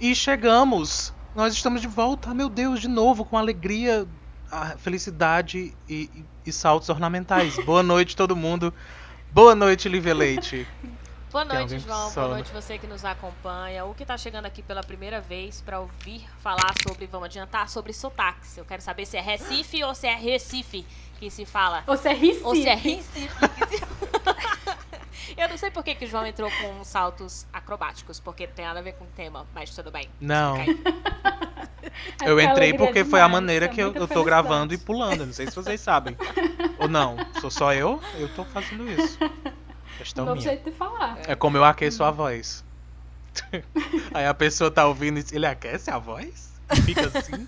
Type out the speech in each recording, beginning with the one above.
E chegamos! Nós estamos de volta, meu Deus, de novo, com alegria, felicidade e saltos ornamentais. Boa noite, todo mundo. Boa noite, Lívia Leite. Boa Tem noite, alguém com João. sono? Boa noite você que nos acompanha. Ou que está chegando aqui pela primeira vez para ouvir falar sobre, vamos adiantar, sobre sotaques. Eu quero saber se é Recife ou se é Recife que se fala. Ou se é Recife. Ou se é Recife que se Eu não sei por que o João entrou com saltos acrobáticos, porque tem nada a ver com o tema, mas tudo bem. Não. É Eu entrei alegria porque foi a demais, maneira é que eu muita tô felicidade. gravando e pulando. Não sei se vocês sabem. Ou não. Sou só eu? Eu tô fazendo isso. Questão Novo minha. jeito de falar. É como eu aqueço a voz. Aí a pessoa tá ouvindo e diz, ele aquece a voz? E fica assim.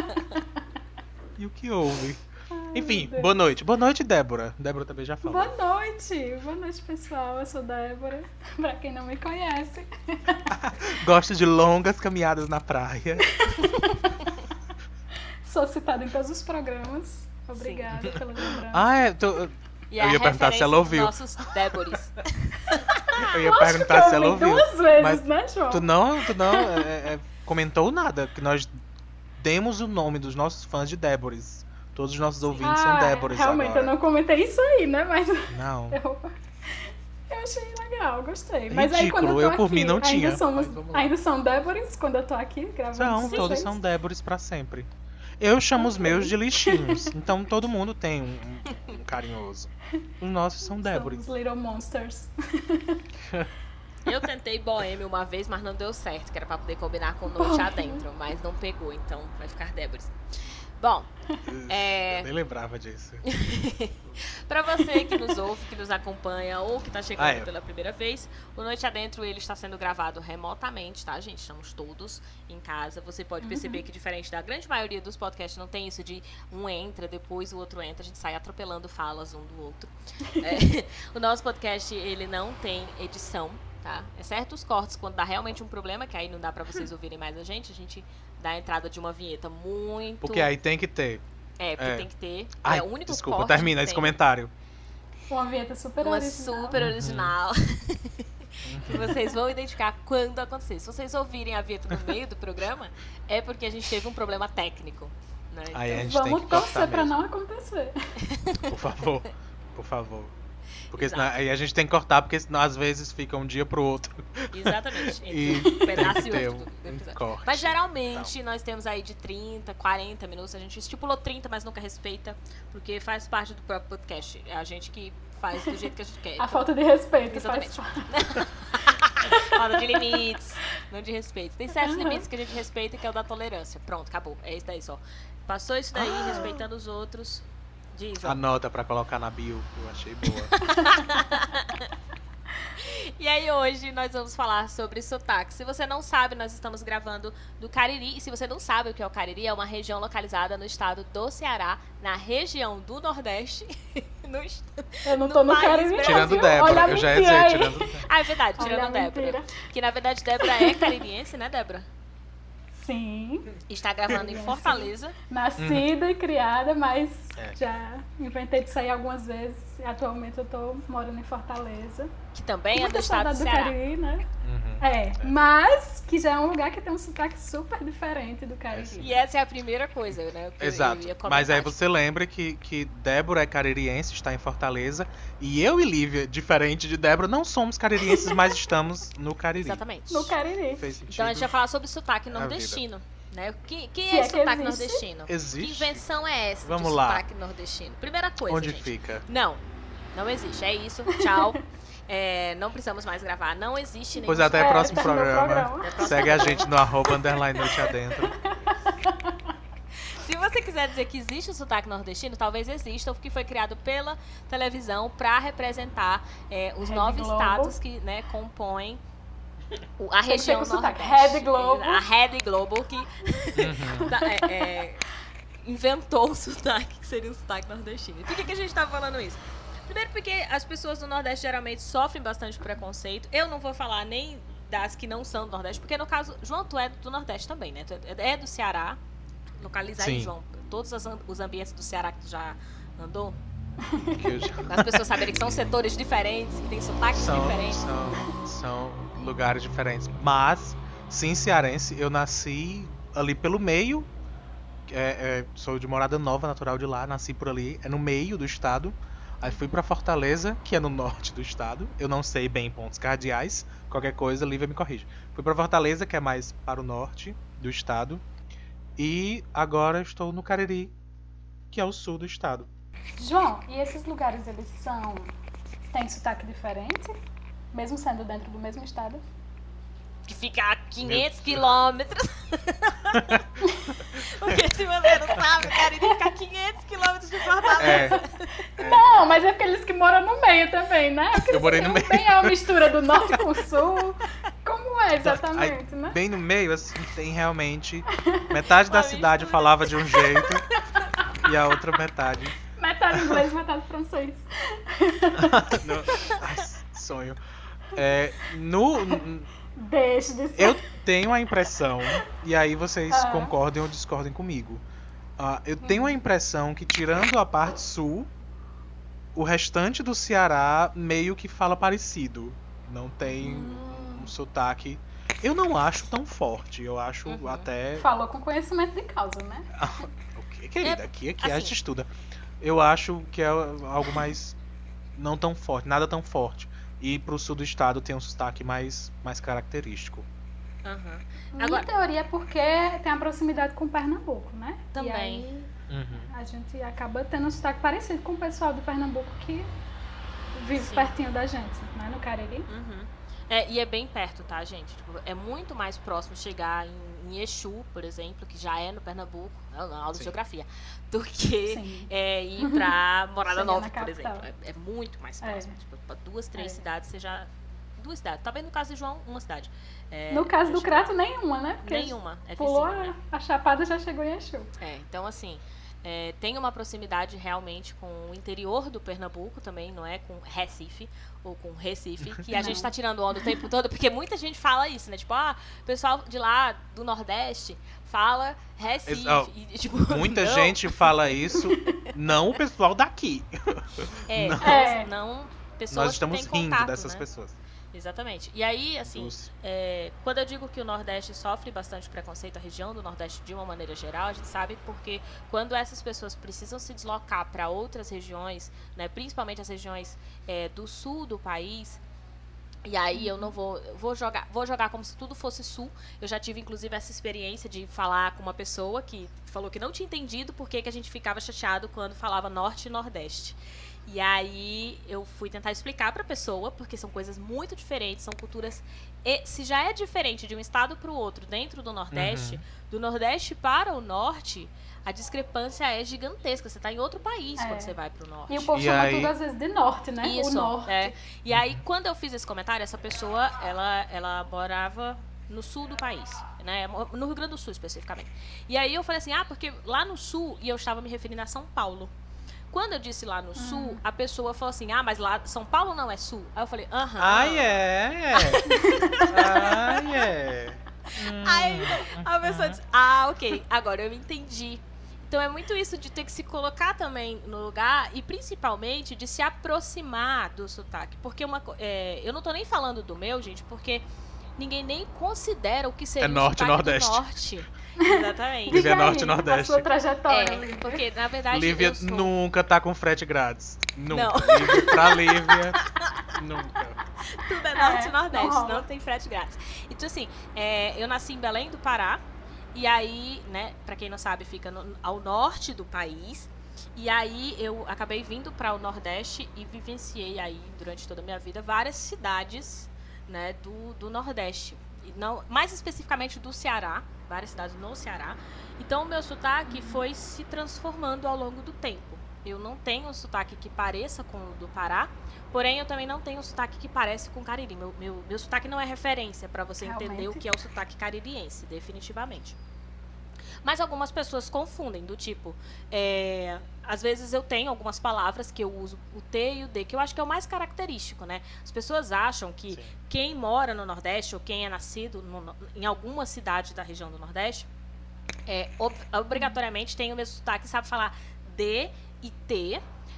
E o que houve? Enfim, meu Deus. boa noite. Boa noite, Débora. Débora também já falou. Boa noite, pessoal. Eu sou Débora. Pra quem não me conhece. Gosto de longas caminhadas na praia. Sou citada em todos os programas. Obrigada pela lembrança. E Eu ia perguntar se ela ouviu. Nossos Débores. Eu ia Lógico perguntar que se eu ela ouvi ouviu. duas vezes, Mas né, João? Tu não comentou nada. Que nós demos o nome dos nossos fãs de Débores. Todos os nossos ouvintes são Débores realmente, agora. eu não comentei isso aí, né? Mas Não. eu achei legal, gostei. Mas aí quando Ridículo, eu tô eu por aqui, mim não tinha. ainda somos, Mas vamos lá. ainda são Débores quando eu tô aqui gravando. São, com todos vocês. são Débores pra sempre. Eu chamo os meus de lixinhos. Então todo mundo tem um carinhoso. Os nossos são Débores. Somos Little Monsters. Eu tentei Boêmio uma vez, mas não deu certo, que era pra poder combinar com Noite Adentro, mas não pegou, então vai ficar Débores. Bom, Eu nem lembrava disso. pra você que nos ouve, que nos acompanha ou que tá chegando é. pela primeira vez, o Noite Adentro ele está sendo gravado remotamente, tá, gente? Estamos todos em casa. Você pode perceber que diferente da grande maioria dos podcasts, não tem isso de um entra, depois o outro entra, a gente sai atropelando falas um do outro. O nosso podcast, ele não tem edição, tá? Exceto os cortes, quando dá realmente um problema, que aí não dá pra vocês ouvirem mais a gente dá a entrada de uma vinheta muito... Porque aí tem que ter. porque tem que ter. Ai, é o único desculpa, corte termina que esse tem. comentário. Uma vinheta super Uma original. super original. Que vocês vão identificar quando acontecer. Se vocês ouvirem a vinheta no meio do programa, é porque a gente teve um problema técnico. Né? Aí a gente Vamos tem que cortar torcer pra mesmo. não acontecer. Por favor. Por favor. Porque Exato. senão, aí a gente tem que cortar, porque senão às vezes fica um dia pro outro. Exatamente. E Entre um pedaço tem que e ter outro do um episódio. corte. Mas geralmente nós temos aí de 30, 40 minutos. A gente estipulou 30, mas nunca respeita, porque faz parte do próprio podcast. É a gente que faz do jeito que a gente quer. A falta de respeito. Exatamente. Faz parte. Falta de limites, não de respeito. Tem certos limites que a gente respeita, que é o da tolerância. Pronto, acabou. É isso daí só. Passou isso daí, respeitando os outros. Diz, ó. Anota pra colocar na bio, eu achei boa. E aí hoje nós vamos falar sobre sotaque. Se você não sabe, nós estamos gravando do Cariri. E se você não sabe o que é o Cariri, é uma região localizada no estado do Ceará, na região do Nordeste. Eu não tô no país Cariri. Brasil. Tirando Débora, Olha a eu já ia mentira dizer, aí. tirando Débora. Ah, é verdade, Olha tirando a Débora. mentira. Que na verdade Débora é caririense, né, Débora? Sim. Está gravando em Fortaleza. Nascida e criada, mas É. já inventei de sair algumas vezes. Atualmente eu tô morando em Fortaleza. Que também é Muita do estado do saudade Ceará. Cariri, né? Uhum. Mas que já é um lugar que tem um sotaque super diferente do Cariri. E essa é a primeira coisa, né? que eu Exato. ia comentar. Mas aí você lembra que Débora é caririense, está em Fortaleza. E eu e Lívia, diferente de Débora, não somos caririenses, mas estamos no Cariri. Exatamente. No Cariri. Fez sentido. Então a gente vai falar sobre sotaque vida. nordestino. Né? Que Se é é que sotaque existe. nordestino? Existe? Que invenção é essa Vamos de lá. sotaque nordestino? Primeira coisa, Onde gente. fica? Não existe. É isso. Tchau. Não precisamos mais gravar. Não existe nenhum Pois até o É, próximo terminou o programa. programa. Segue a gente no @_noite adentro. Se você quiser dizer que existe o sotaque nordestino, talvez exista, porque foi criado pela televisão para representar os Rede 9 Globo. estados que compõem a Tem que ser região com sotaque. nordeste. Rede Globo. A Rede Globo que Uhum. inventou o sotaque, que seria o sotaque nordestino. E por que a gente tá falando isso? Primeiro porque as pessoas do Nordeste geralmente sofrem bastante preconceito. Eu não vou falar nem das que não são do Nordeste, porque no caso, João, tu é do Nordeste também, né? Tu é do Ceará. Localiza aí, Sim. João. Todos os ambientes do Ceará que tu já andou. Que eu já- Para as pessoas saberem que são setores diferentes, que tem sotaques diferentes. São lugares diferentes. Mas sim, cearense. Eu nasci ali pelo meio. Sou de Morada Nova, natural de lá. Nasci por ali. É no meio do estado. Aí fui pra Fortaleza, que é no norte do estado. Eu não sei bem pontos cardeais. Qualquer coisa, Lívia me corrige. Fui pra Fortaleza, que é mais para o norte do estado. E agora estou no Cariri, que é o sul do estado. João, e esses lugares, eles têm sotaque diferente? Mesmo sendo dentro do mesmo estado? Que fica a 500 quilômetros. Porque se você não sabe, o Cariri fica a 500 quilômetros de Fortaleza. Não, mas é aqueles que moram no meio também, né? Eu morei no meio. Bem a mistura do norte com o sul. Como é exatamente, né? Bem no meio, assim, tem realmente... Metade da cidade falava de um jeito e a outra metade... Metade inglês, metade francês. Ai, sonho. Deixa de ser. Eu tenho a impressão, e aí vocês concordem ou discordem comigo. Eu tenho a impressão que, tirando a parte sul, o restante do Ceará meio que fala parecido. Não tem um sotaque. Eu não acho tão forte. Eu acho até. Falou com conhecimento de causa, né? Ok, querida, aqui assim, a gente estuda. Eu acho que é algo mais. Não tão forte, nada tão forte. E pro sul do estado tem um sotaque mais Uhum. Minha teoria é porque tem a proximidade com Pernambuco, né? Também. E aí a gente acaba tendo um sotaque parecido com o pessoal de Pernambuco que vive pertinho da gente, né? No Cariri. E é bem perto, tá, gente? Tipo, é muito mais próximo chegar em Exu, por exemplo, que já é no Pernambuco, na aula de geografia, do que ir pra Morada Nova, por exemplo. É muito mais próximo. Tipo, pra 2, 3 cidades, você já... 2 cidades. Talvez no caso de João, uma cidade. No caso do Crato, nenhuma, né? Porque nenhuma. É pulou vizinho, né? a Chapada já chegou em Exu. Então, assim... tem uma proximidade realmente com o interior do Pernambuco também, não é com Recife ou com Recife, que a gente tá tirando onda o tempo todo, porque muita gente fala isso, né? Tipo, o pessoal de lá do Nordeste fala Recife. E, tipo, muita gente fala isso, não o pessoal daqui. Não pessoas Nós estamos que têm rindo contato, dessas né? pessoas. Exatamente. E aí, assim, quando eu digo que o Nordeste sofre bastante preconceito, a região do Nordeste de uma maneira geral, a gente sabe porque quando essas pessoas precisam se deslocar para outras regiões, né, principalmente as regiões do sul do país, e aí eu não vou jogar como se tudo fosse sul. Eu já tive, inclusive, essa experiência de falar com uma pessoa que falou que não tinha entendido por que a gente ficava chateado quando falava Norte e Nordeste. E aí eu fui tentar explicar para a pessoa, porque são coisas muito diferentes, são culturas... E se já é diferente de um estado para o outro dentro do Nordeste, do Nordeste para o Norte, a discrepância é gigantesca. Você está em outro país quando você vai para o Norte. E o povo chama tudo às vezes de Norte, né? Isso, o Norte. E aí, quando eu fiz esse comentário, essa pessoa, ela morava no sul do país, né? No Rio Grande do Sul, especificamente. E aí eu falei assim, porque lá no sul, e eu estava me referindo a São Paulo. Quando eu disse lá no sul, a pessoa falou assim, mas lá São Paulo não é sul? Aí eu falei, Aí a pessoa disse, ok, agora eu entendi. Então é muito isso de ter que se colocar também no lugar e principalmente de se aproximar do sotaque. Porque eu não tô nem falando do meu, gente, porque ninguém nem considera o que seria o sotaque Nordeste. do Norte. Exatamente. Lívia Norte e Nordeste. A sua trajetória. Porque, na verdade, Lívia nunca tá com frete grátis. Nunca. Não. Pra Lívia, nunca. Tudo é Norte e Nordeste, não tem frete grátis. Então, assim, eu nasci em Belém do Pará. E aí, né, pra quem não sabe, fica ao norte do país. E aí eu acabei vindo para o Nordeste e vivenciei aí, durante toda a minha vida, várias cidades, né, do Nordeste. E não, mais especificamente do Ceará, várias cidades no Ceará. Então o meu sotaque foi se transformando ao longo do tempo. Eu não tenho um sotaque que pareça com o do Pará, porém eu também não tenho um sotaque que parece com o Cariri. Meu sotaque não é referência para você entender o que é o sotaque caririense, definitivamente. Mas algumas pessoas confundem, do tipo... às vezes eu tenho algumas palavras que eu uso o T e o D, que eu acho que é o mais característico, né? As pessoas acham que quem mora no Nordeste ou quem é nascido em alguma cidade da região do Nordeste, obrigatoriamente tem o mesmo sotaque, sabe falar D e T,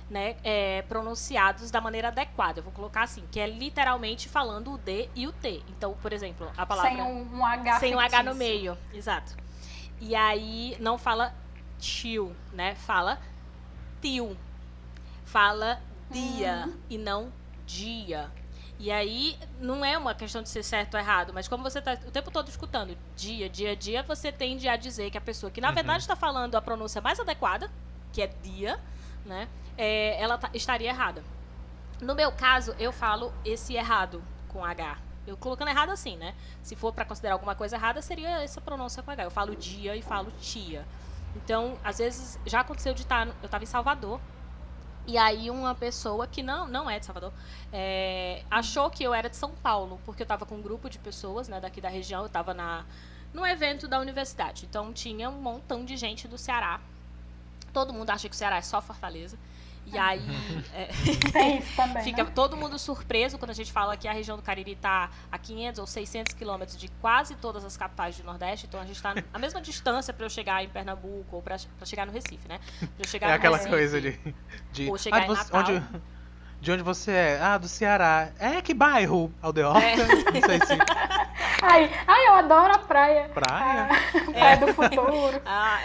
né, pronunciados da maneira adequada. Eu vou colocar assim, que é literalmente falando o D e o T. Então, por exemplo, a palavra... Sem um H sem um H no fictício. meio, exato. E aí não fala tio, né? Fala tio. Fala dia e não dia. E aí não é uma questão de ser certo ou errado, mas como você está o tempo todo escutando dia, você tende a dizer que a pessoa que na verdade está falando a pronúncia mais adequada, que é dia, né? Ela estaria errada. No meu caso, eu falo esse errado com H. Eu colocando errado assim, né? Se for para considerar alguma coisa errada, seria essa pronúncia com H. Eu falo dia e falo tia. Então, às vezes, já aconteceu de estar... Eu estava em Salvador, e aí uma pessoa que não é de Salvador, achou que eu era de São Paulo, porque eu estava com um grupo de pessoas, né, daqui da região. Eu estava num evento da universidade. Então, tinha um montão de gente do Ceará. Todo mundo acha que o Ceará é só Fortaleza. E aí Tem isso também, fica né? todo mundo surpreso quando a gente fala que a região do Cariri está a 500 ou 600 quilômetros de quase todas as capitais do Nordeste. Então a gente está a mesma distância para eu chegar em Pernambuco ou para chegar no Recife, né? Pra eu chegar no aquela Recife, coisa de ou chegar em Natal. De onde você é? Ah, do Ceará. Que bairro? Aldeota? Não sei se... Ai, eu adoro a praia. Praia? Praia do futuro.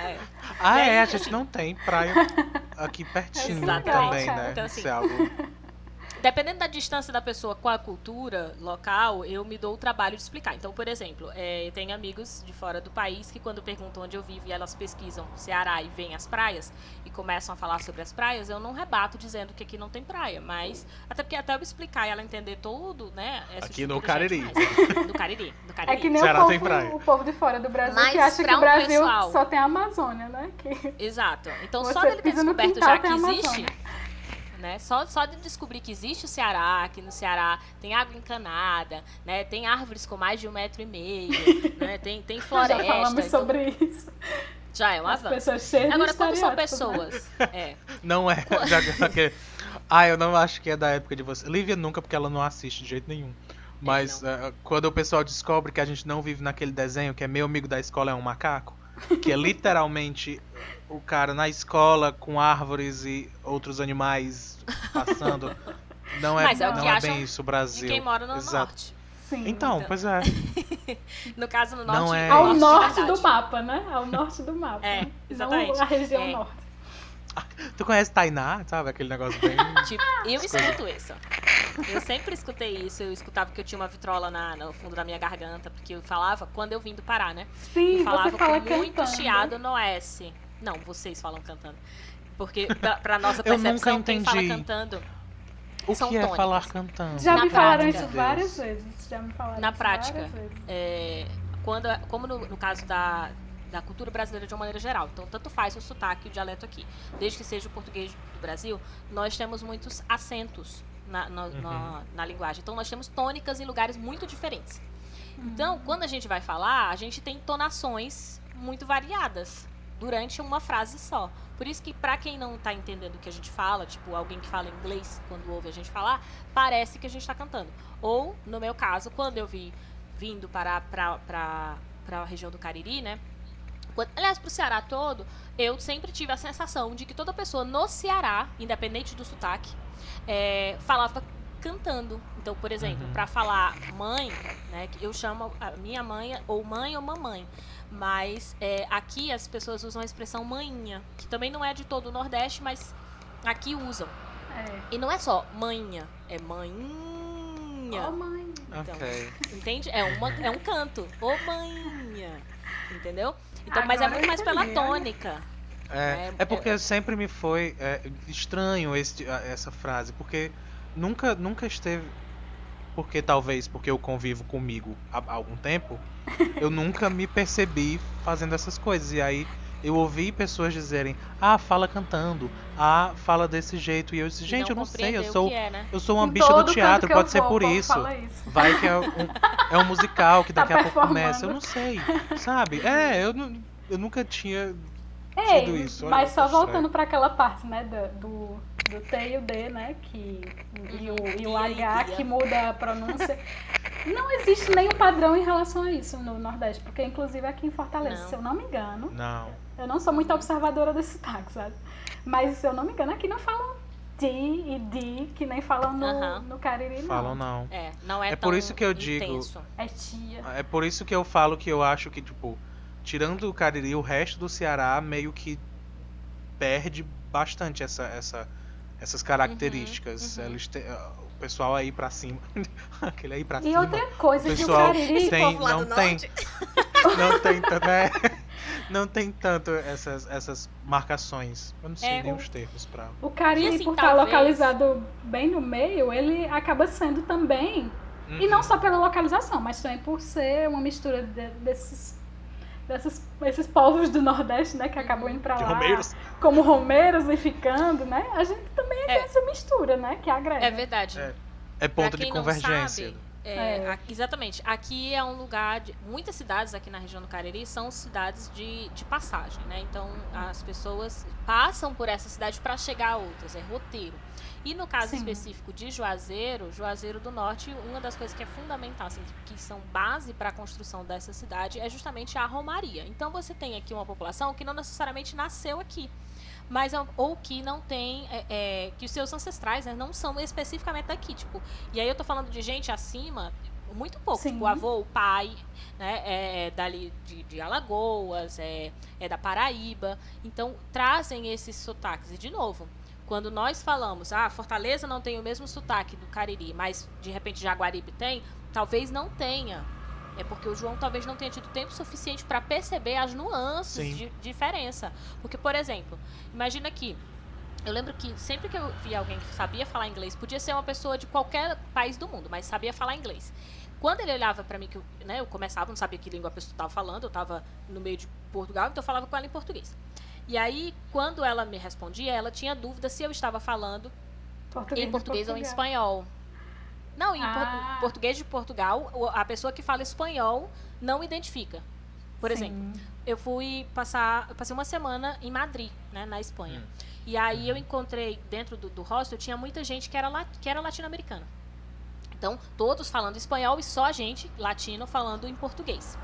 A gente não tem praia aqui pertinho também, né? Então, assim, Isso é algo... Dependendo da distância da pessoa com a cultura local, eu me dou o trabalho de explicar. Então, por exemplo, eu tenho amigos de fora do país que quando perguntam onde eu vivo e elas pesquisam Ceará e veem as praias e começam a falar sobre as praias, eu não rebato dizendo que aqui não tem praia, mas até porque até eu explicar e ela entender tudo, né? Aqui no Cariri. Do Cariri. É que nem Ceará tem praia. o povo de fora do Brasil Mas que acha que pra o Brasil pessoal... só tem a Amazônia, né? Exato. Então, Você só dele ter pisa no descoberto quintal, já que tem a existe... Amazônia. Né? Só de descobrir que existe o Ceará, que no Ceará tem água encanada, né? Tem árvores com mais de 1,5 m, né? Tem floresta. Já falamos sobre isso. Já é um As avanço. pessoas cheias de Agora, quando são estereótipos, pessoas... Não é. Eu não acho que é da época de você. Lívia nunca, porque ela não assiste de jeito nenhum. Mas quando o pessoal descobre que a gente não vive naquele desenho, que é meu amigo da escola é um macaco, que é literalmente o cara na escola com árvores e outros animais passando. Não é, Mas é o que não é acham bem isso o Brasil. de quem mora no Exato. norte. Sim. Então, pois é. No caso, no norte... Não é- Ao de norte verdade. do mapa, né? Ao norte do mapa. Exatamente. Não a região norte. Tu conhece Tainá, sabe? Aquele negócio bem... Tipo, eu escuto isso. Eu sempre escutei isso. Eu escutava que eu tinha uma vitrola no fundo da minha garganta, porque eu falava quando eu vim do Pará, né? Sim, Eu falava você fala com muito cantando. chiado no S. Não, vocês falam cantando. Porque pra nossa Eu nunca percepção, quem fala entendi. cantando O são que é tônicas. falar cantando? Já Na me falaram prática. isso várias vezes. Já me falaram na isso prática. várias vezes. Como no caso da cultura brasileira de uma maneira geral. Então, tanto faz o sotaque e o dialeto aqui. Desde que seja o português do Brasil, nós temos muitos acentos na linguagem. Então, nós temos tônicas em lugares muito diferentes. Então, quando a gente vai falar, a gente tem entonações muito variadas durante uma frase só. Por isso que, para quem não está entendendo o que a gente fala, tipo, alguém que fala inglês, quando ouve a gente falar, parece que a gente está cantando. Ou, no meu caso, quando eu vindo para a região do Cariri, né? Aliás, para o Ceará todo, eu sempre tive a sensação de que toda pessoa no Ceará, independente do sotaque, falava cantando. Então, por exemplo, para falar mãe, né, eu chamo a minha mãe ou mamãe. Mas aqui as pessoas usam a expressão manhinha, que também não é de todo o Nordeste, mas aqui usam. E não é só manhinha, é manhinha. Oh, mãe. Então, Ok. entende? É um canto. Ô manhinha. Entendeu? Então, mas é Agora muito mais eu pela entendi, tônica. É porque sempre me foi estranho essa frase, porque nunca esteve, porque talvez porque eu convivo comigo há algum tempo, eu nunca me percebi fazendo essas coisas, e aí eu ouvi pessoas dizerem, fala cantando, fala desse jeito, e eu disse, gente, eu não sei, eu sou uma Em bicha do todo teatro, canto que pode eu ser vou, por o povo isso. fala isso. Vai que é um musical que Tá daqui a pouco performando. começa, eu não sei, sabe? Eu nunca tinha Ei, tido isso. mas só Olha, voltando para aquela parte, né, do T e o D, né, e o H, que muda a pronúncia. Não existe nenhum padrão em relação a isso no Nordeste, porque inclusive aqui em Fortaleza, Não. se eu não me engano, Não. eu não sou muito observadora desse sotaque, sabe? Mas se eu não me engano, aqui não falam ti e di, que nem falam no Cariri, não. Falam não. Não é por tão isso que eu intenso. digo. É tia. É por isso que eu falo que eu acho que, tipo, tirando o Cariri, o resto do Ceará meio que perde bastante essas características. Eles o pessoal aí pra cima. Aquele aí pra cima. E outra coisa, o que o pessoal Cariri... não tem tanto essas marcações. Eu não sei nem os termos pra... O Cariri, assim, por estar localizado bem no meio, ele acaba sendo também, e não só pela localização, mas também por ser uma mistura desses povos do Nordeste, né, que acabam indo pra lá, romeiros. Como romeiros e ficando, né, a gente também tem essa mistura, né, que agrega. É verdade. É ponto de convergência. Exatamente. Aqui é um lugar muitas cidades aqui na região do Cariri são cidades de passagem, né? Então as pessoas passam por essa cidade para chegar a outras, é roteiro. E no caso específico de Juazeiro do Norte, uma das coisas que é fundamental, assim, que são base para a construção dessa cidade é justamente a romaria. Então você tem aqui uma população que não necessariamente nasceu aqui, mas ou que não tem, que os seus ancestrais, né, não são especificamente daqui, tipo, e aí eu tô falando de gente acima, muito pouco, tipo, o avô, o pai, né, é dali de Alagoas, é da Paraíba, então trazem esses sotaques, e de novo, quando nós falamos, Fortaleza não tem o mesmo sotaque do Cariri, mas de repente Jaguaribe tem, talvez não tenha. É porque o João talvez não tenha tido tempo suficiente para perceber as nuances de diferença. Porque, por exemplo, imagina que eu lembro que sempre que eu via alguém que sabia falar inglês, podia ser uma pessoa de qualquer país do mundo, mas sabia falar inglês. Quando ele olhava para mim, que eu começava, não sabia que língua a pessoa estava falando, eu estava no meio de Portugal, então eu falava com ela em português. E aí, quando ela me respondia, ela tinha dúvida se eu estava falando em português ou em espanhol. Não, em português de Portugal, a pessoa que fala espanhol não identifica. Por exemplo, eu passei uma semana em Madrid, né, na Espanha. E aí eu encontrei, dentro do hostel, tinha muita gente que era latino-americana. Então, todos falando espanhol e só a gente, latino, falando em português.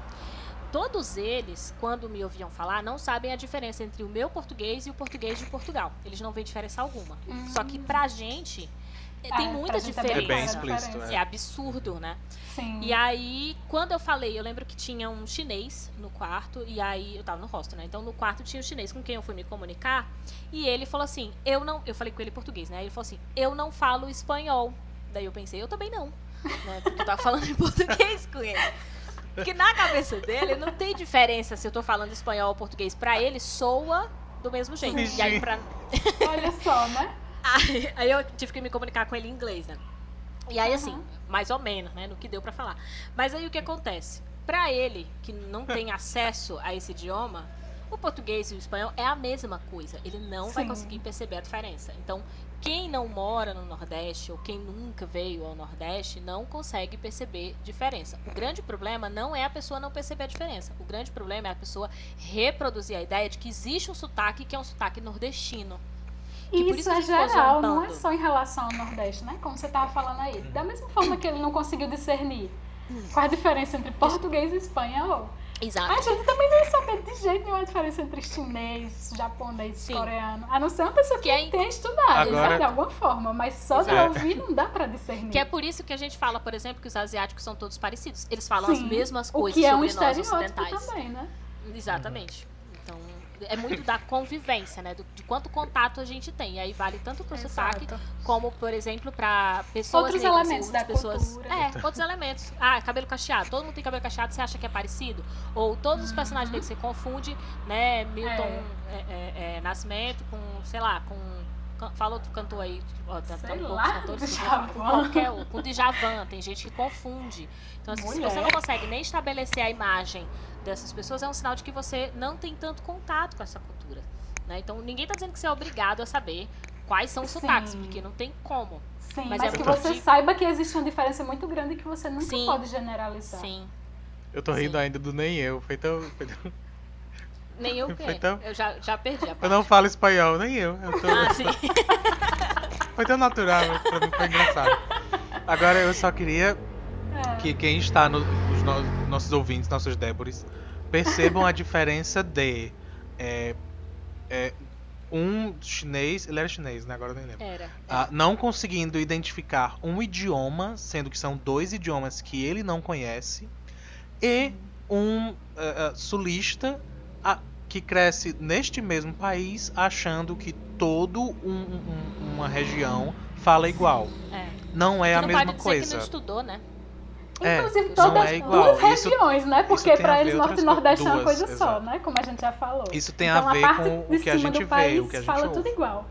Todos eles, quando me ouviam falar, não sabem a diferença entre o meu português e o português de Portugal. Eles não veem diferença alguma. Só que pra gente... tem muita diferença. É bem explícito. É absurdo, né? Sim. E aí, quando eu falei, eu lembro que tinha um chinês no quarto, e aí eu tava no hostel, né? Então no quarto tinha um chinês com quem eu fui me comunicar, e ele falou assim, eu falei com ele em português, né? Ele falou assim, eu não falo espanhol. Daí eu pensei, eu também não, né? Porque eu tava falando em português com ele. Porque na cabeça dele não tem diferença se eu tô falando espanhol ou português. Pra ele, soa do mesmo jeito. E aí Olha só, né? Aí eu tive que me comunicar com ele em inglês, né? E aí, assim, mais ou menos, né? No que deu pra falar. Mas aí o que acontece? Pra ele, que não tem acesso a esse idioma, o português e o espanhol é a mesma coisa. Ele não vai conseguir perceber a diferença. Então, quem não mora no Nordeste ou quem nunca veio ao Nordeste não consegue perceber diferença. O grande problema não é a pessoa não perceber a diferença. O grande problema é a pessoa reproduzir a ideia de que existe um sotaque que é um sotaque nordestino. Isso é geral, não é só em relação ao Nordeste, né? Como você estava falando aí. Da mesma forma que ele não conseguiu discernir qual a diferença entre português e espanhol, exato. A gente também não ia saber de jeito nenhuma a diferença entre chinês, japonês, coreano. A não ser uma pessoa que tenha estudado, sabe? De alguma forma. Mas só de ouvir não dá pra discernir. Que é por isso que a gente fala, por exemplo, que os asiáticos são todos parecidos. Eles falam as mesmas coisas sobre nós ocidentais. O que é um estereótipo também, né? Exatamente. Então, é muito da convivência, né? De quanto contato a gente tem. E aí vale tanto pro sotaque, como, por exemplo, para pessoas outros negras, elementos da cultura. Outros elementos. Cabelo cacheado. Todo mundo tem cabelo cacheado, você acha que é parecido? Ou todos os personagens negros, você confunde, né? Milton Nascimento com, sei lá, fala outro cantor aí, com Djavan, tem gente que confunde. Então, assim, se você não consegue nem estabelecer a imagem dessas pessoas, é um sinal de que você não tem tanto contato com essa cultura, né? Então, ninguém está dizendo que você é obrigado a saber quais são os sotaques, porque não tem como. Sim, mas que você saiba que existe uma diferença muito grande que você nunca pode generalizar. Sim. Eu tô rindo ainda do nem eu, foi tão... Nem eu o quê? Eu já perdi a parte. Eu não falo espanhol, nem eu. Sim. Foi tão natural, pra mim foi engraçado. Agora eu só queria que quem está nossos ouvintes, nossos Débores, percebam a diferença de um chinês, ele era chinês, né? Agora eu nem lembro. Era. Não conseguindo identificar um idioma, sendo que são 2 idiomas que ele não conhece, e um sulista que cresce neste mesmo país achando que toda uma região fala igual. Não é a mesma coisa. Que não estudou, né? Inclusive todas as duas regiões, né? Porque para eles Norte e Nordeste é uma coisa só, né? Como a gente já falou. Isso tem a ver com o que a gente vê, o que a gente fala ouve. tudo igual.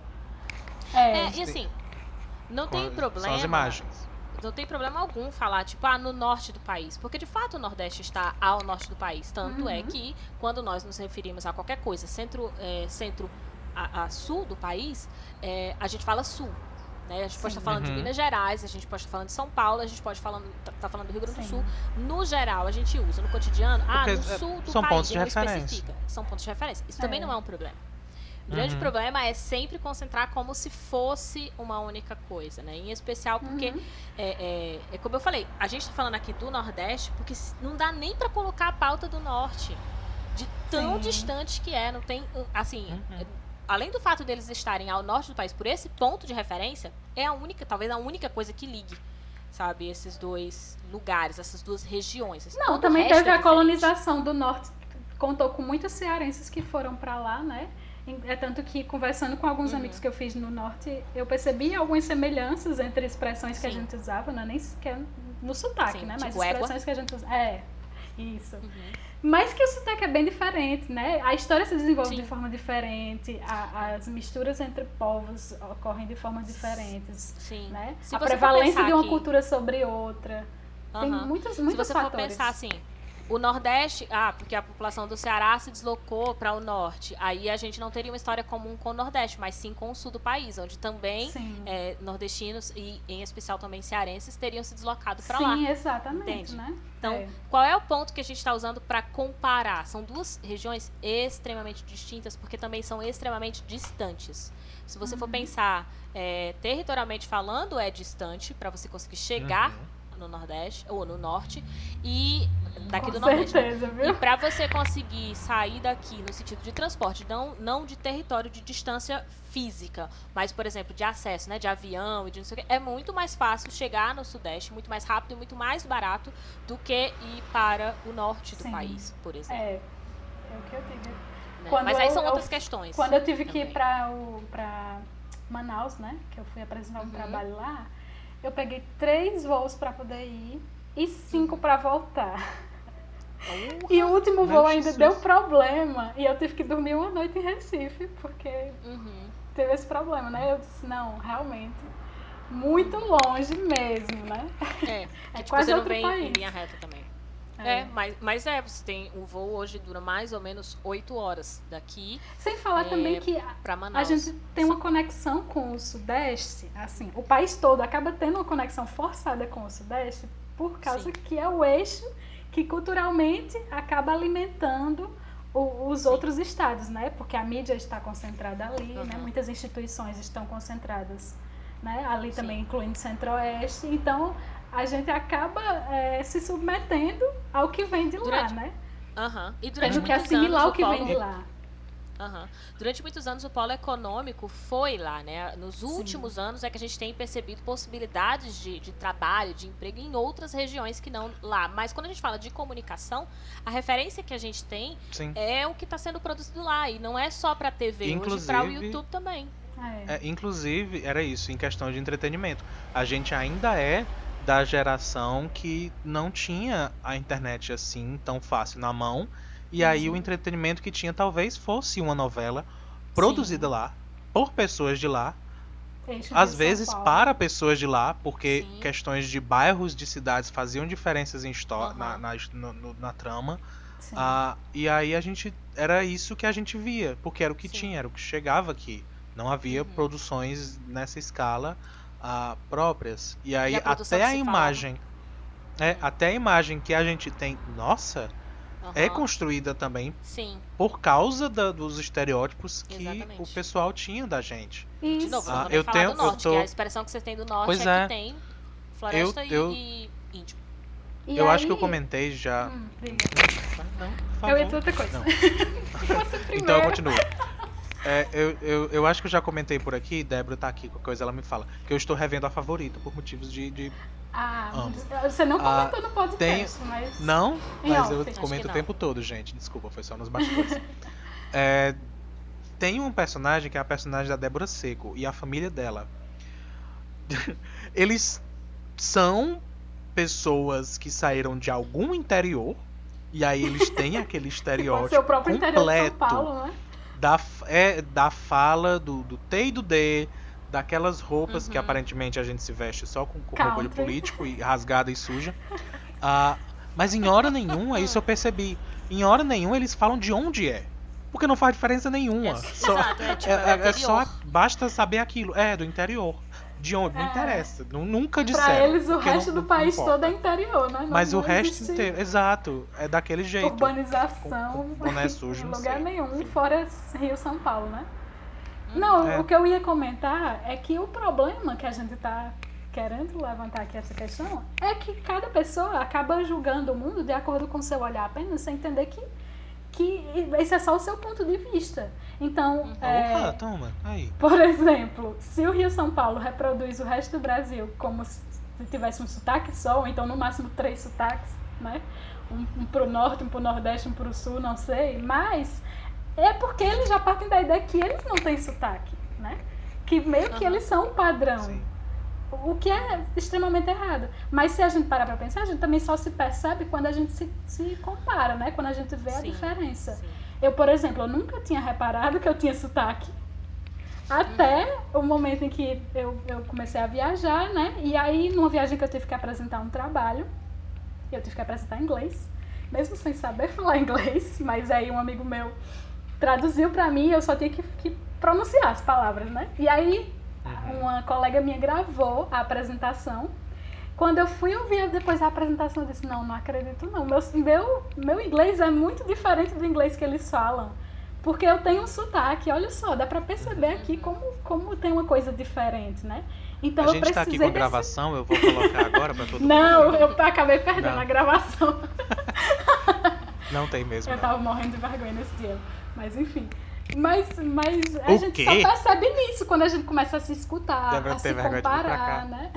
E assim, não tem problema. São as imagens. Não tem problema algum falar, tipo, no norte do país. Porque, de fato, o Nordeste está ao norte do país. Tanto é que, quando nós nos referimos a qualquer coisa centro a sul do país, a gente fala sul. Né? A gente pode estar falando de Minas Gerais, a gente pode estar falando de São Paulo, a gente pode estar falando do Rio Grande do Sul. No geral, a gente usa no cotidiano, no sul do são país. Pontos de referência. São pontos de referência. Isso também não é um problema. O grande problema é sempre concentrar como se fosse uma única coisa, né? Em especial porque, como eu falei, a gente está falando aqui do Nordeste porque não dá nem para colocar a pauta do Norte, de tão distante que é. Não tem, assim, além do fato deles estarem ao norte do país por esse ponto de referência, talvez a única coisa que ligue, sabe, esses 2 lugares, essas 2 regiões. Não, também teve a colonização do Norte, contou com muitos cearenses que foram para lá, né? É tanto que, conversando com alguns amigos que eu fiz no Norte, eu percebi algumas semelhanças entre expressões que a gente usava, não é nem sequer no sotaque, né? Mas tipo expressões que a gente usava. Isso. Mas que o sotaque é bem diferente, né? A história se desenvolve de forma diferente, as misturas entre povos ocorrem de formas diferentes, né? A prevalência de uma cultura sobre outra. Tem muitos fatores. Se você for pensar assim, o Nordeste, porque a população do Ceará se deslocou para o Norte. Aí a gente não teria uma história comum com o Nordeste, mas sim com o Sul do país, onde também nordestinos e, em especial, também cearenses teriam se deslocado para lá. Sim, exatamente. Entende? Né? Então, qual é o ponto que a gente está usando para comparar? São 2 regiões extremamente distintas, porque também são extremamente distantes. Se você for pensar territorialmente falando, é distante para você conseguir chegar no Nordeste ou no Norte e daqui do Nordeste. Viu? E para você conseguir sair daqui no sentido de transporte, não de território, de distância física, mas, por exemplo, de acesso, né, de avião e de não sei o que, é muito mais fácil chegar no Sudeste, muito mais rápido e muito mais barato do que ir para o norte do país, por exemplo. É o que eu digo. Né? Mas aí são outras questões. Quando eu tive que ir para Manaus, né, que eu fui apresentar um trabalho lá, eu peguei 3 voos para poder ir e 5 para voltar. E o último voo ainda deu problema e eu tive que dormir uma noite em Recife porque teve esse problema, né? Eu disse, não, realmente, muito longe mesmo, né? Que tipo, quase você não outro vem país. em linha reta também. Mas você tem o voo hoje dura mais ou menos 8 horas daqui. Sem falar também que a gente tem uma conexão com o Sudeste, assim, o país todo acaba tendo uma conexão forçada com o Sudeste por causa que é o eixo que culturalmente acaba alimentando os outros estados, né? Porque a mídia está concentrada ali, né? Muitas instituições estão concentradas, né? Ali também incluindo o Centro-Oeste, então a gente acaba se submetendo ao que vem de lá, né? E durante tendo que assimilar o que vem de lá. Durante muitos anos o polo econômico foi lá, né? Nos últimos anos é que a gente tem percebido possibilidades de trabalho, de emprego em outras regiões que não lá. Mas quando a gente fala de comunicação, a referência que a gente tem é o que está sendo produzido lá. E não é só para a TV, hoje para o YouTube também. Inclusive, era isso, em questão de entretenimento. A gente ainda é da geração que não tinha a internet assim tão fácil na mão. E aí o entretenimento que tinha talvez fosse uma novela produzida lá, por pessoas de lá, às vezes para pessoas de lá, porque questões de bairros, de cidades faziam diferenças em na trama. E aí era isso que a gente via, porque era o que tinha, era o que chegava aqui. Não havia produções nessa escala próprias. E aí até a imagem, até a imagem que a gente tem, nossa, é construída também por causa dos estereótipos que o pessoal tinha da gente. De novo, eu tenho do norte, que a expressão que você tem do norte que tem floresta e índio. Eu acho que eu comentei já. Eu ia dizer outra coisa. Então eu continuo. Eu acho que eu já comentei por aqui, Débora tá aqui, qualquer coisa ela me fala, que eu estou revendo A Favorita por motivos de você não comentou no podcast, mas... Não, mas eu Acho comento que o não. tempo todo, gente. Desculpa, foi só nos bastidores. Tem um personagem que é a personagem da Débora Seco e a família dela. Eles são pessoas que saíram de algum interior e aí eles têm aquele Pode estereótipo ser o próprio interior de São completo Paulo, né? da fala do T e do D, daquelas roupas que aparentemente a gente se veste só com roupa de Country. político e rasgada e suja. Mas em hora nenhuma, isso eu percebi, em hora nenhuma eles falam de onde é. Porque não faz diferença nenhuma. Exato, é Só interior. basta saber aquilo. É, do interior. De onde? Não interessa. Nunca disseram. Pra eles, o porque resto não do país importa. todo é interior, né? Mas Não o resto existe inteiro, exato, é daquele jeito. urbanização Com boné sujo, em não lugar sei. nenhum, fora Rio São Paulo, né? Não, o que eu ia comentar é que o problema que a gente tá querendo levantar aqui essa questão é que cada pessoa acaba julgando o mundo de acordo com o seu olhar apenas, sem entender que esse é só o seu ponto de vista. Então, Toma, aí. por exemplo, se o Rio São Paulo reproduz o resto do Brasil como se tivesse um sotaque só, ou então no máximo 3 sotaques, né? Um pro norte, um pro nordeste, um pro sul, não sei, mas é porque eles já partem da ideia que eles não têm sotaque, né? Que meio que eles são um padrão. Sim. O que é extremamente errado. Mas se a gente parar pra pensar, a gente também só se percebe quando a gente se compara, né? Quando a gente vê a Sim, diferença. sim. Eu, por exemplo, eu nunca tinha reparado que eu tinha sotaque. Até o momento em que eu comecei a viajar, né? E aí, numa viagem que eu tive que apresentar um trabalho, eu tive que apresentar em inglês, mesmo sem saber falar inglês, mas aí um amigo meu traduziu pra mim e eu só tinha que pronunciar as palavras, né? E aí, uma colega minha gravou a apresentação. Quando eu fui ouvir depois a apresentação, eu disse, não acredito não. Meu inglês é muito diferente do inglês que eles falam. Porque eu tenho um sotaque, olha só, dá pra perceber aqui como tem uma coisa diferente, né? Então A gente tá aqui com gravação, eu vou colocar agora pra todo mundo. Não, eu acabei perdendo Não. a gravação. Não tem mesmo, Eu não. tava morrendo de vergonha nesse dia. Mas enfim. Mas a O gente quê? só percebe nisso quando a gente começa a se escutar, Deve a ter se vergonha de vir pra cá. comparar, né?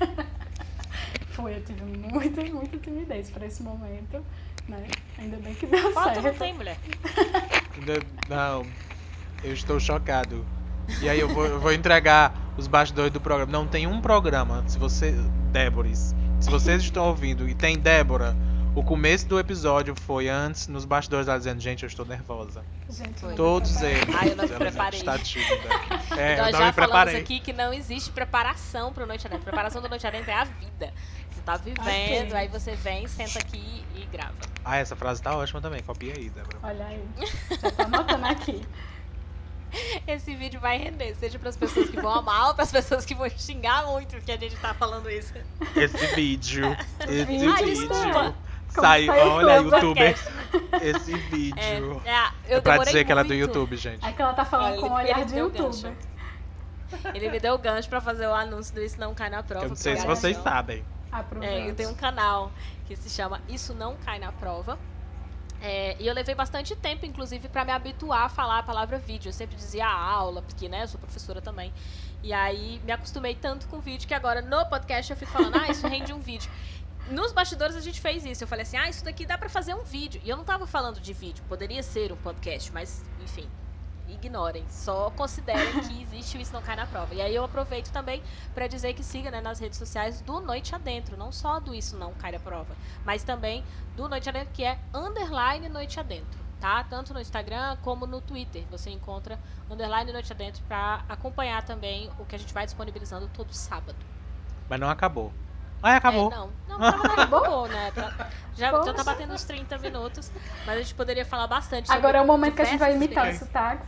Eu tive muita timidez pra esse momento, né? Ainda bem que deu Quanto certo. não tem, mulher? Não, eu estou chocado. E aí eu vou entregar os bastidores do programa. Não tem um programa, se vocês estão ouvindo e tem Débora, o começo do episódio foi antes, nos bastidores, ela dizendo, gente, eu estou nervosa. Gente, Foi. Todos eles. Ah, eu não me Ela preparei. Está tímida. Nós eu não já me falamos preparei. aqui que não existe preparação pro Noite Adentro. Preparação do Noite Adentro é a vida. Você tá vivendo, Ok. aí você vem, senta aqui e grava. Ah, essa frase tá ótima também. Copia aí, Débora. olha aí. Já tô anotando aqui. Esse vídeo vai render, seja pras pessoas que vão amar ou pras pessoas que vão xingar muito que a gente tá falando isso. Esse vídeo. Esse Vídeo, vídeo. desculpa. Sai, Como saiu olha, o youtuber. podcast. Esse vídeo. Eu É pra demorei dizer que ela é do muito. YouTube, gente. É que ela tá falando Olha, com o ele olhar me de deu youtuber. Ele me deu gancho pra fazer o anúncio do Isso Não Cai na Prova. Eu não sei se pro vocês Gabriel. sabem. Aproveite. Eu tenho um canal que se chama Isso Não Cai na Prova. E eu levei bastante tempo, inclusive, pra me habituar a falar a palavra vídeo. Eu sempre dizia aula, porque, né, eu sou professora também. E aí, me acostumei tanto com vídeo que agora, no podcast, eu fico falando, isso rende um vídeo. Nos bastidores, a gente fez isso. Eu falei assim, isso daqui dá pra fazer um vídeo. E eu não tava falando de vídeo, poderia ser um podcast, mas, enfim, ignorem. Só considerem que existe o Isso Não Cai na Prova. E aí, eu aproveito também pra dizer que siga, né, nas redes sociais do Noite Adentro. Não só do Isso Não Cai na Prova, mas também do Noite Adentro, que é _ Noite Adentro, tá? Tanto no Instagram como no Twitter. Você encontra _ Noite Adentro pra acompanhar também o que a gente vai disponibilizando todo sábado. Mas não acabou. Ah, acabou. Não acabou, né? Já tá batendo uns 30 minutos, mas a gente poderia falar bastante sobre Agora é o momento que a gente vai diversas imitar os experiências.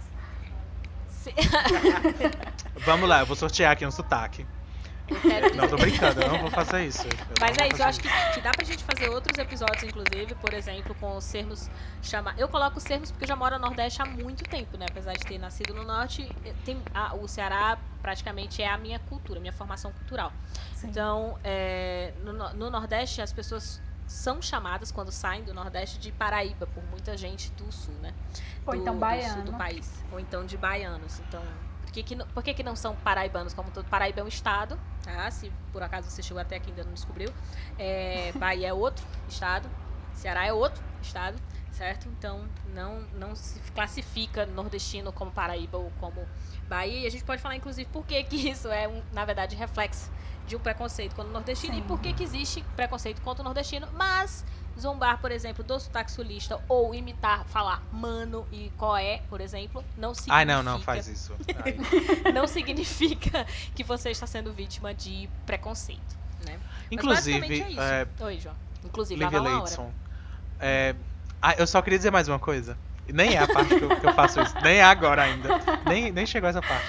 sotaques. Vamos lá, eu vou sortear aqui um sotaque. Eu quero Não, tô brincando, eu não vou fazer isso. Mas é isso, eu acho que dá pra gente fazer outros episódios, inclusive, por exemplo, com os termos Eu coloco os termos porque eu já moro no Nordeste há muito tempo, né? Apesar de ter nascido no Norte, o Ceará praticamente é a minha cultura, minha formação cultural. Sim. Então, no Nordeste, as pessoas são chamadas, quando saem do Nordeste, de Paraíba, por muita gente do Sul, né? Ou então baiano. Do sul do país. Ou então de baianos. Então, por que não são paraibanos como todo? Paraíba é um estado, tá? Se por acaso você chegou até aqui e ainda não descobriu. Bahia é outro estado. Ceará é outro estado, certo? Então, não se classifica nordestino como Paraíba ou como Bahia. E a gente pode falar, inclusive, por que isso é, na verdade, reflexo de um preconceito contra o nordestino. Sim. E por que existe preconceito contra o nordestino, mas zombar, por exemplo, do sotaque sulista ou imitar, falar mano e coé, por exemplo, não significa... não faz isso. Não significa que você está sendo vítima de preconceito, né? Inclusive... Mas basicamente é isso. Oi, João. Inclusive, Lívia Leidson. Eu só queria dizer mais uma coisa. Nem é a parte que eu faço isso. Nem é agora ainda. Nem chegou essa parte.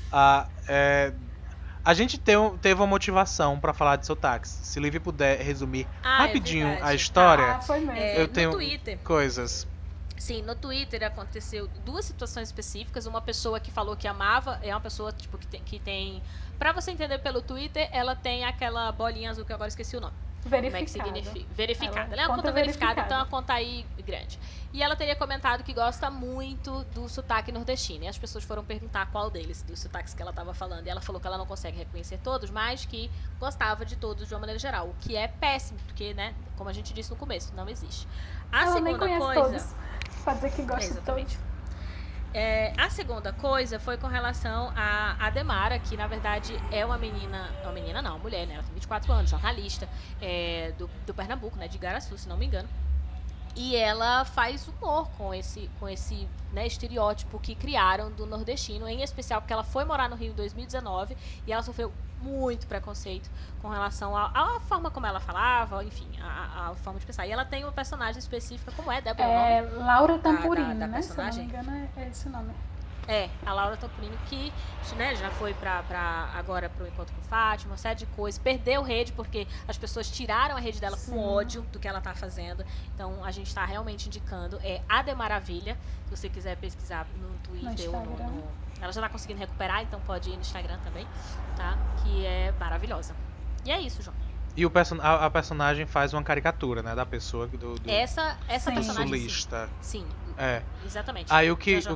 A gente teve uma motivação pra falar de sotaques. Se Lívia puder resumir rapidinho a história. Foi mesmo. Eu tenho no Twitter. Coisas. Sim, no Twitter aconteceu 2 situações específicas. Uma pessoa que falou que amava, é uma pessoa tipo, que tem... Pra você entender pelo Twitter, ela tem aquela bolinha azul que eu agora esqueci o nome. Verificada. Como é que significa? Verificada. Ela é uma conta verificada, então é uma conta aí grande. E ela teria comentado que gosta muito do sotaque nordestino. E as pessoas foram perguntar qual deles, dos sotaques que ela estava falando. E ela falou que ela não consegue reconhecer todos, mas que gostava de todos de uma maneira geral. O que é péssimo, porque, né, como a gente disse no começo, não existe. Ela segunda nem coisa... todos. Pode dizer que gosta de todos. A segunda coisa foi com relação a Demara, que na verdade é uma mulher, né? Ela tem 24 anos, jornalista, do Pernambuco, né? De Igaraçu, se não me engano. E ela faz humor com esse né, estereótipo que criaram do nordestino, em especial porque ela foi morar no Rio em 2019 e ela sofreu muito preconceito com relação à forma como ela falava, enfim, a forma de pensar. E ela tem uma personagem específica, como é, Débora? Laura Tampurini, da né? Personagem. Se não me engano, é esse o nome. A Laura Tampurini, que, né, já foi agora pro Encontro com Fátima, uma série de coisas, perdeu rede porque as pessoas tiraram a rede dela com ódio do que ela tá fazendo. Então a gente tá realmente indicando a De Maravilha, se você quiser pesquisar no Twitter ou no... Ela já tá conseguindo recuperar, então pode ir no Instagram também, tá? Que é maravilhosa. E é isso, João. E a personagem faz uma caricatura, né, da pessoa do essa personagem sulista. Sim. Exatamente. Aí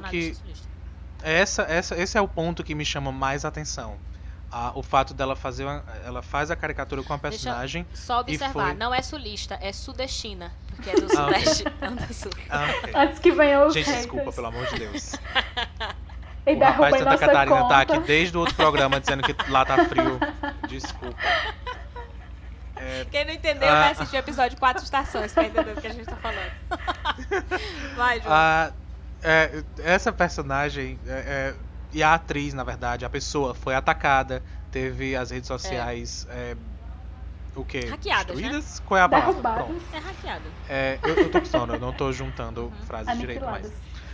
esse é o ponto que me chama mais atenção. O fato dela ela faz a caricatura com a personagem. Só observar, não é sulista, é sudestina, porque é do sudeste, não do sul. Okay. Antes que venham os Gente, desculpa, pelo amor de Deus. E o rapaz de Santa Catarina conta. tá aqui desde o outro programa dizendo que lá tá frio. Desculpa. Quem não entendeu vai assistir o episódio 4 Estações pra entender do que a gente tá falando. Vai, João. Essa personagem e a atriz, na verdade, a pessoa foi atacada, teve as redes sociais o quê? Hackeadas, destruídas? Né? Qual é a palavra? Pronto. É hackeada. Eu tô com sono, eu não tô juntando frases direito, mas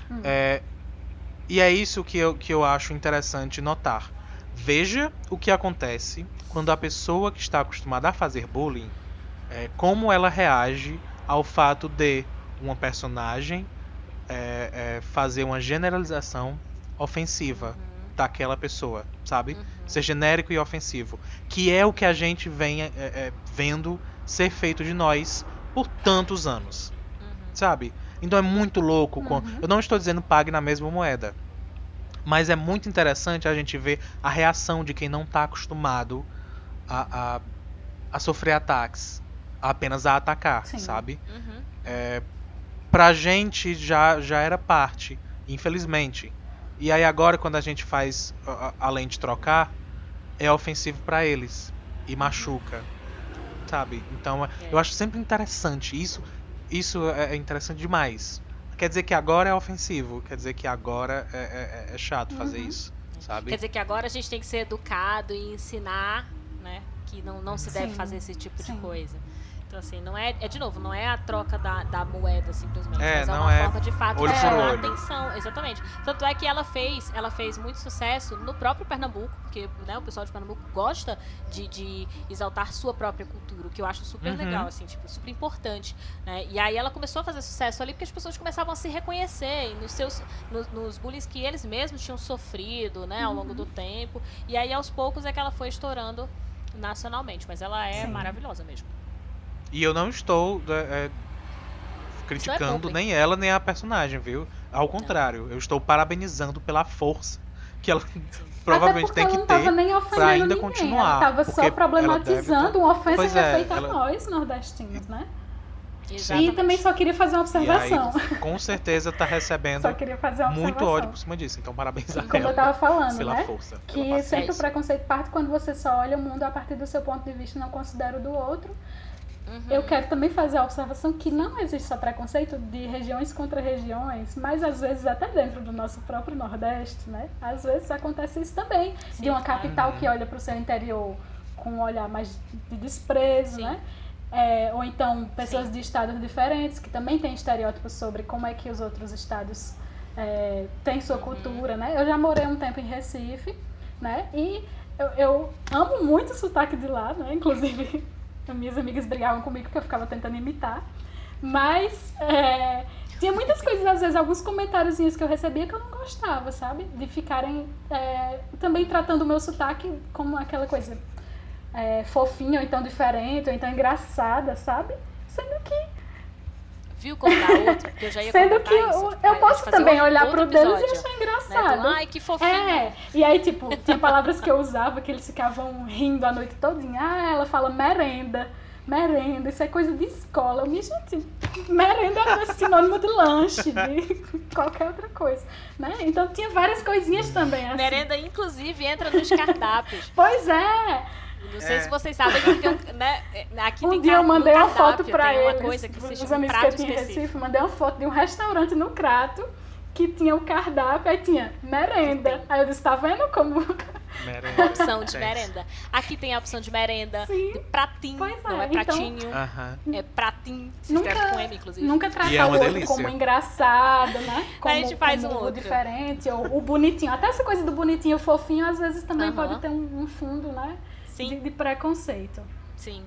e é isso que eu acho interessante notar. Veja o que acontece quando a pessoa que está acostumada a fazer bullying, como ela reage ao fato de uma personagem fazer uma generalização ofensiva daquela pessoa, sabe? Ser genérico e ofensivo. Que é o que a gente vem vendo ser feito de nós por tantos anos. Sabe? Então é muito louco. Eu não estou dizendo pague na mesma moeda. Mas é muito interessante a gente ver a reação de quem não está acostumado a sofrer ataques. Apenas a atacar, sabe? Pra gente já era parte, infelizmente. E aí agora quando a gente faz, além de trocar, é ofensivo pra eles. E machuca, sabe? Então eu acho sempre interessante. Isso é interessante demais. Quer dizer que agora é ofensivo. Quer dizer que agora é chato fazer isso, sabe? Quer dizer que agora a gente tem que ser educado e ensinar, né? Que não se deve fazer esse tipo de coisa. Então, assim, não é de novo, não é a troca da moeda, simplesmente. Mas é uma forma, de fato, de chamar a atenção. Exatamente. Tanto é que ela fez muito sucesso no próprio Pernambuco, porque, né, o pessoal de Pernambuco gosta de exaltar sua própria cultura, o que eu acho super legal, assim, tipo, super importante, né? E aí ela começou a fazer sucesso ali porque as pessoas começavam a se reconhecer nos bullying que eles mesmos tinham sofrido, né, ao longo do tempo. E aí, aos poucos, é que ela foi estourando nacionalmente. Mas ela é maravilhosa mesmo. E eu não estou criticando Poppy. nem ela, nem a personagem, viu? Ao contrário, eu estou parabenizando pela força que ela provavelmente tem que Até porque ela não tava ter nem pra ofendendo ainda ninguém. continuar. Ela tava porque só problematizando uma ofensa Pois que é feita ela- a nós, nordestinos, né? Exatamente. E também só queria fazer uma E aí, observação. com certeza tá recebendo Só queria fazer uma muito observação. ódio por cima disso. Então parabéns a Como eu ela tava falando, pela né? força. Que pela sempre o isso. preconceito parte quando você só olha o mundo a partir do seu ponto de vista e não considera o do outro. Eu quero também fazer a observação que não existe só preconceito de regiões contra regiões, mas às vezes até dentro do nosso próprio Nordeste, né? Às vezes acontece isso também. Sim, de uma claro. capital que olha para o seu interior com um olhar mais de desprezo, Sim. né? Ou então pessoas Sim. de estados diferentes que também têm estereótipos sobre como é que os outros estados têm sua cultura, né? Eu já morei um tempo em Recife, né? E eu amo muito o sotaque de lá, né? Inclusive, minhas amigas brigavam comigo porque eu ficava tentando imitar. Mas tinha muitas coisas, às vezes, alguns comentáriozinhos que eu recebia que eu não gostava, sabe? De ficarem também tratando o meu sotaque como aquela coisa fofinha, ou então diferente, ou então engraçada, sabe? Sendo que Viu como dá outro? Porque eu já ia Sendo comentar que isso. eu A gente posso fazer também outro olhar pro deles e episódio, achar né? engraçado. Do, ai, que fofinho. E aí, tipo, tinha palavras que eu usava que eles ficavam rindo a noite todinha. Ah, ela fala merenda, isso é coisa de escola. Eu me gente, merenda é sinônimo de lanche, de qualquer outra coisa, né? Então tinha várias coisinhas também assim. Merenda, inclusive, entra nos cardápios. Pois é! Não sei se vocês sabem que tem, né, aqui tem Um dia eu mandei no uma foto cardápio, pra tem uma eles, coisa que se os chama amigos que prato eu tinha em específico. Recife, mandei uma foto de um restaurante no Crato que tinha o cardápio, aí tinha merenda. Aí eu disse, tá vendo como... Merenda. Opção de Tem. merenda. Aqui tem a opção de merenda, Sim. de pratinho, Pois é, não é então- pratinho, Aham. é pratinho, se escreve com M, inclusive. Nunca trata E é o uma outro delícia. como engraçado, né? Como, A gente faz como um o outro. diferente, ou o bonitinho. Até essa coisa do bonitinho, fofinho, às vezes também Aham. pode ter um fundo, né? Sim. De preconceito. Sim.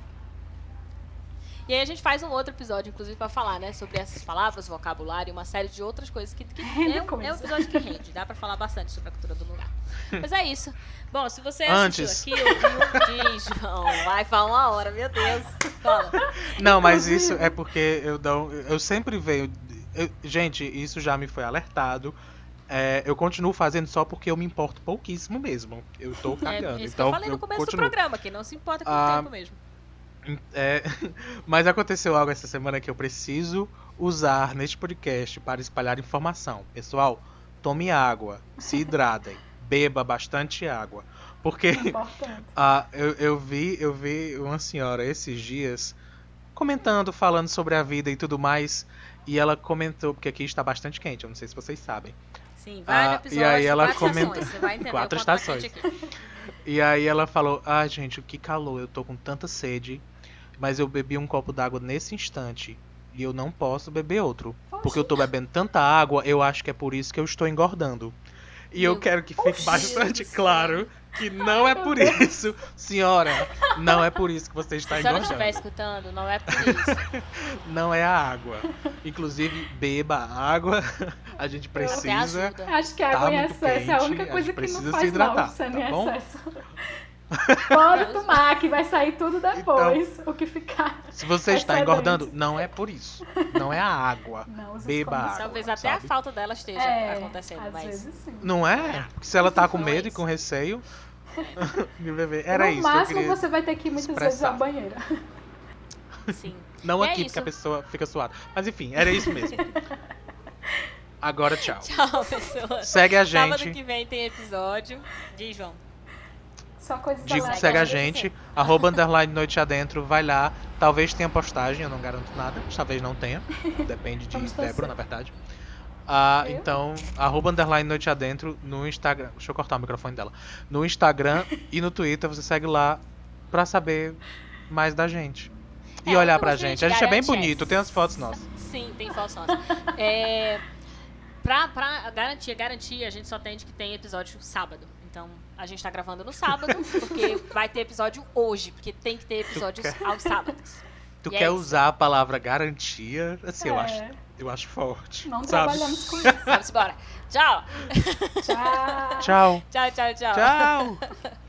E aí a gente faz um outro episódio, inclusive, pra falar, né, sobre essas palavras, vocabulário e uma série de outras coisas que Rende é um coisa. episódio que rende. Dá pra falar bastante sobre a cultura do lugar. Mas é isso. Bom, se você Antes. assistiu aqui, ouviu, diz, João, vai falar 1 hora, meu Deus. Fala. Não, mas isso é porque eu sempre venho. Gente, isso já me foi alertado. Eu continuo fazendo só porque eu me importo pouquíssimo mesmo. Eu tô cagando. É isso Então que eu falei no começo continuo. do programa, que não se importa com Ah, o tempo mesmo. Mas aconteceu algo essa semana que eu preciso usar neste podcast para espalhar informação. Pessoal, tome água, se hidratem, beba bastante água. Porque Importante. eu vi uma senhora esses dias comentando, falando sobre a vida e tudo mais. E ela comentou, porque aqui está bastante quente, eu não sei se vocês sabem. Sim, vai no episódio, e aí ela 4 comenta- estações, você vai entender 4 o quanto tá estações. quente aqui. E aí ela falou, gente, que calor, eu tô com tanta sede, mas eu bebi um copo d'água nesse instante e eu não posso beber outro. Porque eu tô bebendo tanta água, eu acho que é por isso que eu estou engordando. E eu Meu quero que fique Deus bastante do claro que não é por isso, senhora, não é por isso que você está Se a senhora estiver engordando. escutando, não é por isso. Não é a água. Inclusive, beba água, a gente precisa. ajuda. Acho que a água em muito excesso é a quente, única a coisa gente que não precisa faz se hidratar, mal sendo tá em bom? excesso. Pode tomar, que vai sair tudo depois. O que ficar. Se você está excedente. engordando, não é por isso. Não é a água. Não, os Beba escombros. água. Talvez até a sabe? falta dela esteja acontecendo, às mas... vezes sim. Não é? Porque se ela tá com Não é medo e isso. com receio de beber. Era no isso. que eu máximo queria você vai ter que ir muitas vezes expressar. à banheira. Sim. Não E é aqui, isso. porque a pessoa fica suada. Mas enfim, era isso mesmo. Agora, tchau. Tchau, pessoas. Segue a Sábado gente. que vem tem episódio. Diz, João. Só coisas Digo, aleatórias. segue a gente. @_noite adentro. Vai lá. Talvez tenha postagem, eu não garanto nada. Talvez não tenha. Depende de Vamos torcer. Débora, na verdade. Eu? Então, @_noite adentro no Instagram. Deixa eu cortar o microfone dela. No Instagram e no Twitter, você segue lá pra saber mais da gente. E É, olhar uma pra coisa que a gente. gente A gente é bem garante é bonito, tem as fotos nossas. Sim, tem fotos nossas. Pra garantir, a gente só tem de que tem episódio sábado. Então, a gente tá gravando no sábado, porque vai ter episódio hoje, porque tem que ter episódios aos sábados. Tu E é quer isso. usar a palavra garantia? Assim, É. eu acho forte. Não sabe? trabalhamos com isso. Vamos embora. Tchau. Tchau. Tchau. Tchau, tchau, tchau. Tchau.